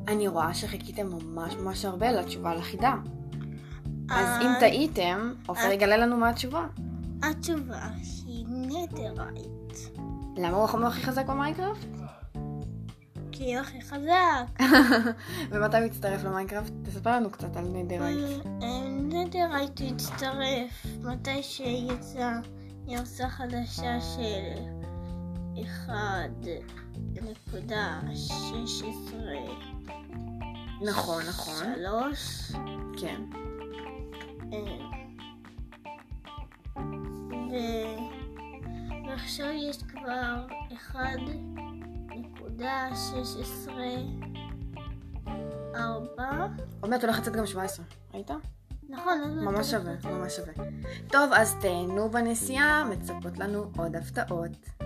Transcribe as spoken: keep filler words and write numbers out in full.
אני רואה שחיכיתם ממש ממש הרבה לתשובה לחידה. אז אם טעיתם, עופר יגלה לנו מה התשובה. התשובה היא נדרייט. למה הוא החומר הכי חזק במיינקראפט? כי הוא הכי חזק. ומתי הוא הצטרף למיינקראפט? תספר לנו קצת על נדרייט. נדרייט הוא הצטרף מתי שיצא גרסה חדשה של אחת נקודה שש עשרה. נכון, נכון. שלוש. כן. ועכשיו יש כבר אחת נקודה שש עשרה ארבע. עוד מעט הולך לצאת גם שבע עשרה, ראית? נכון. ממש שווה, ממש שווה. טוב, אז תהנו בנסיעה, מצפות לנו עוד הפתעות.